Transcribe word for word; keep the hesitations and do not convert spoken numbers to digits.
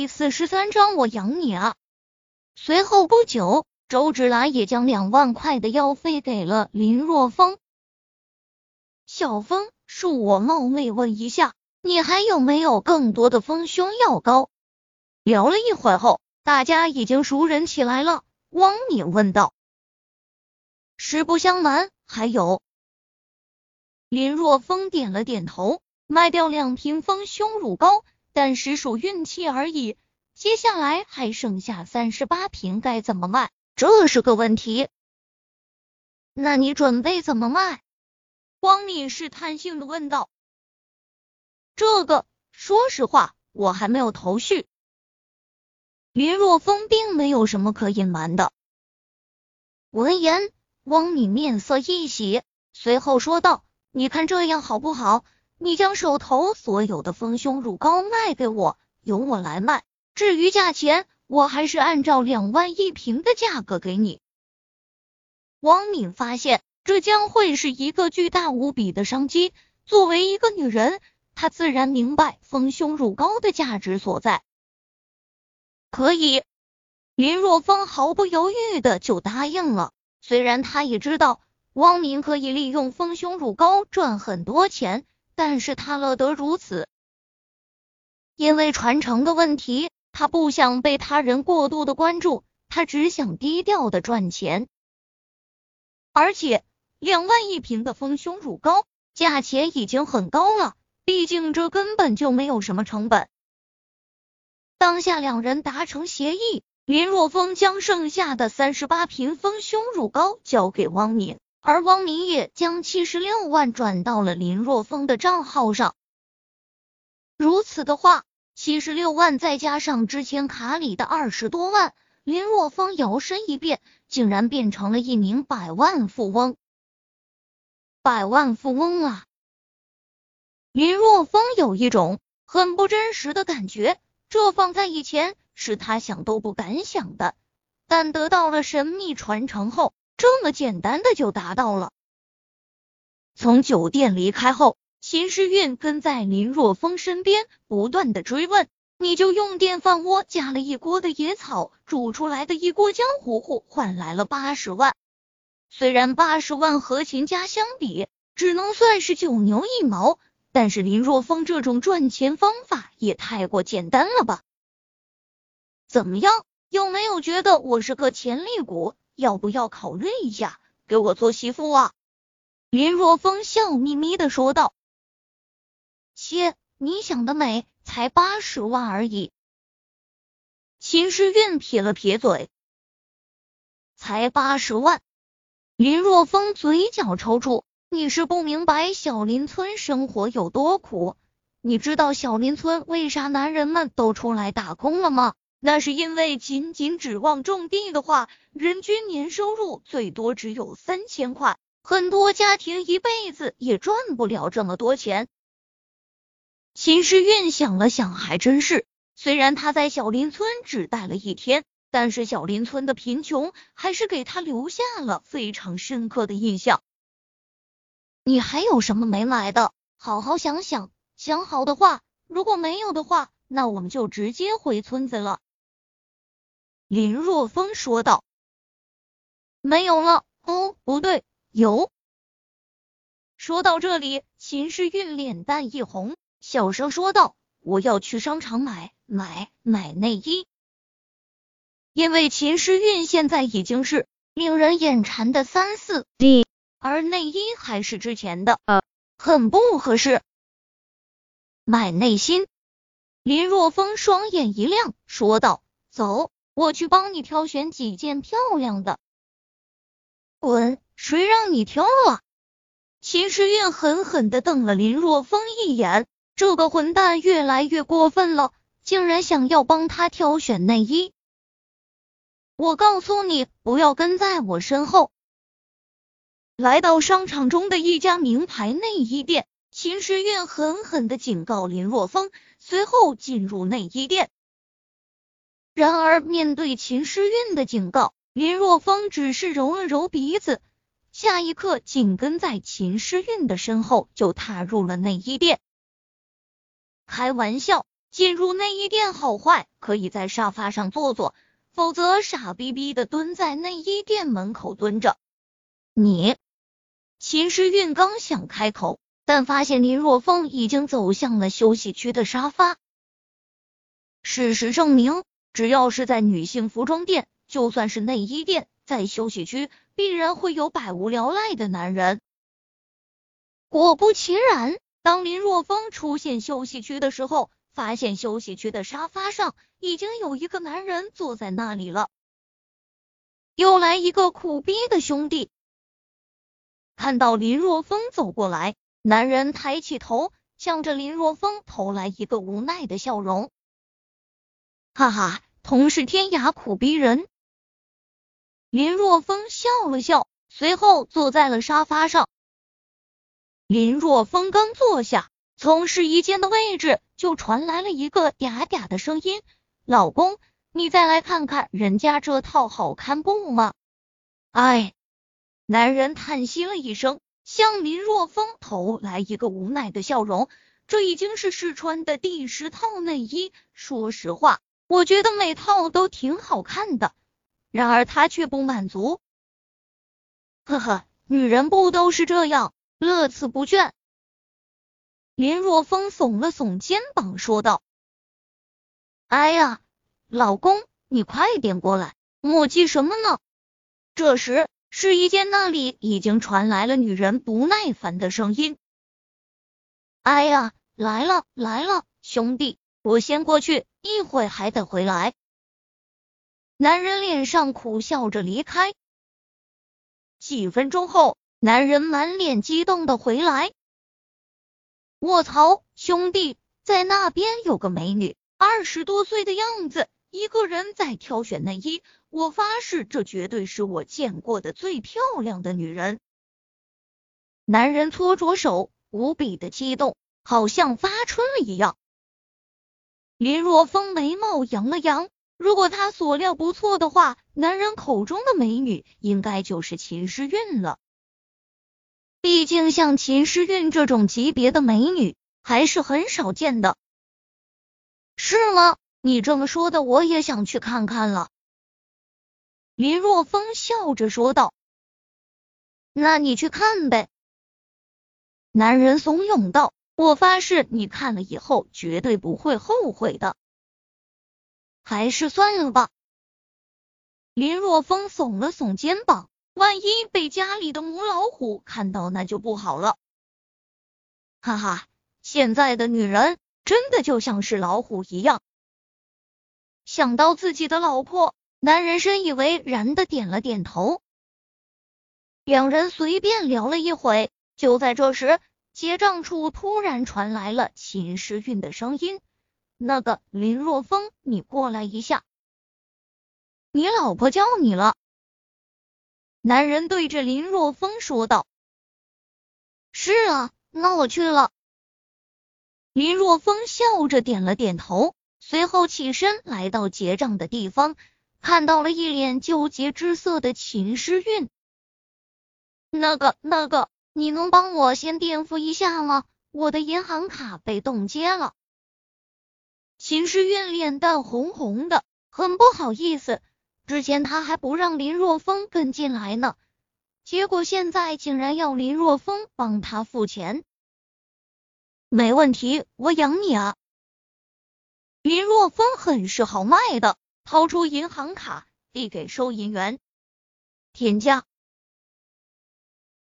第四十三章我养你啊。随后不久，周芷兰也将两万块的药费给了林若风。小风，恕我冒昧问一下，你还有没有更多的丰胸药膏？聊了一会后，大家已经熟人起来了。汪敏问道。实不相瞒，还有。林若风点了点头，卖掉两瓶丰胸乳膏，但实属运气而已。接下来还剩下三十八瓶，该怎么卖？这是个问题。那你准备怎么卖？汪敏试探性的问道。这个，说实话，我还没有头绪。林若风并没有什么可隐瞒的。闻言，汪敏面色一喜，随后说道，你看这样好不好？你将手头所有的丰胸乳膏卖给我，由我来卖，至于价钱，我还是按照两万一瓶的价格给你。汪敏发现这将会是一个巨大无比的商机，作为一个女人，她自然明白丰胸乳膏的价值所在。可以，林若风毫不犹豫的就答应了。虽然他也知道汪敏可以利用丰胸乳膏赚很多钱，但是他乐得如此。因为传承的问题，他不想被他人过度的关注，他只想低调的赚钱。而且两万一瓶的丰胸乳膏，价钱已经很高了，毕竟这根本就没有什么成本。当下两人达成协议，林若风将剩下的三十八瓶丰胸乳膏交给汪敏，而汪敏也将七十六万转到了林若风的账号上。如此的话，七十六万再加上之前卡里的二十多万，林若风摇身一变，竟然变成了一名百万富翁。百万富翁啊！林若风有一种很不真实的感觉，这放在以前是他想都不敢想的，但得到了神秘传承后，这么简单的就达到了。从酒店离开后，秦时运跟在林若风身边，不断的追问，你就用电饭锅加了一锅的野草，煮出来的一锅浆糊糊换来了八十万。虽然八十万和秦家相比，只能算是九牛一毛，但是林若风这种赚钱方法也太过简单了吧？怎么样，有没有觉得我是个潜力股？要不要考虑一下，给我做媳妇啊？林若风笑眯眯的说道。切，你想得美，才八十万而已。秦时运撇了撇嘴。才八十万？林若风嘴角抽搐，你是不明白小林村生活有多苦。你知道小林村为啥男人们都出来打工了吗？那是因为仅仅指望种地的话，人均年收入最多只有三千块，很多家庭一辈子也赚不了这么多钱。秦时运想了想，还真是，虽然他在小林村只待了一天，但是小林村的贫穷还是给他留下了非常深刻的印象。你还有什么没买的？好好想想，想好的话，如果没有的话，那我们就直接回村子了。林若风说道。没有了。哦，不对，有。说到这里，秦时运脸蛋一红，小声说道，我要去商场买买买内衣。因为秦时运现在已经是令人眼馋的三四 D， 而内衣还是之前的，呃，很不合适。买内心。林若风双眼一亮，说道，走，我去帮你挑选几件漂亮的。滚，谁让你挑了？秦时运狠狠地瞪了林若风一眼，这个混蛋越来越过分了，竟然想要帮他挑选内衣。我告诉你，不要跟在我身后。来到商场中的一家名牌内衣店，秦时运狠狠地警告林若风，随后进入内衣店。然而面对秦时运的警告，林若风只是揉了揉鼻子，下一刻紧跟在秦时运的身后就踏入了内衣店。开玩笑， 进入内衣店好坏，可以在沙发上坐坐，否则傻逼逼的蹲在内衣店门口蹲着。你……秦时运刚想开口，但发现林若风已经走向了休息区的沙发。事实证明，只要是在女性服装店，就算是内衣店，在休息区必然会有百无聊赖的男人。果不其然，当林若风出现休息区的时候，发现休息区的沙发上已经有一个男人坐在那里了。又来一个苦逼的兄弟。看到林若风走过来，男人抬起头，向着林若风投来一个无奈的笑容。哈哈，同是天涯苦逼人。林若风笑了笑，随后坐在了沙发上。林若风刚坐下，从试衣间的位置就传来了一个嗲嗲的声音：老公，你再来看看人家这套好看不吗？哎，男人叹息了一声，向林若风投来一个无奈的笑容。这已经是试穿的第十套内衣，说实话，我觉得每套都挺好看的，然而他却不满足。呵呵，女人不都是这样，乐此不倦。林若风耸了耸肩膀说道：哎呀，老公，你快点过来，磨叽什么呢？这时，试衣间那里已经传来了女人不耐烦的声音：哎呀，来了来了，兄弟，我先过去，一会还得回来。男人脸上苦笑着离开。几分钟后，男人满脸激动的回来。卧槽，兄弟，在那边有个美女，二十多岁的样子，一个人在挑选内衣，我发誓这绝对是我见过的最漂亮的女人。男人搓着手，无比的激动，好像发春了一样。林若风眉毛扬了扬，如果他所料不错的话，男人口中的美女应该就是秦诗韵了。毕竟像秦诗韵这种级别的美女还是很少见的。是吗？你这么说的，我也想去看看了。林若风笑着说道。那你去看呗。男人怂恿道，我发誓你看了以后绝对不会后悔的。还是算了吧。林若风耸了耸肩膀，万一被家里的母老虎看到那就不好了。哈哈，现在的女人真的就像是老虎一样。想到自己的老婆，男人深以为然的点了点头。两人随便聊了一会，就在这时，结账处突然传来了秦诗韵的声音：那个林若风，你过来一下，你老婆叫你了。男人对着林若风说道。是啊，那我去了。林若风笑着点了点头，随后起身来到结账的地方，看到了一脸纠结之色的秦诗韵。那个那个，你能帮我先垫付一下吗？我的银行卡被冻结了。秦诗韵脸蛋红红的，很不好意思，之前他还不让林若风跟进来呢，结果现在竟然要林若风帮他付钱。没问题，我养你啊。林若风很是豪迈的掏出银行卡递给收银员，添加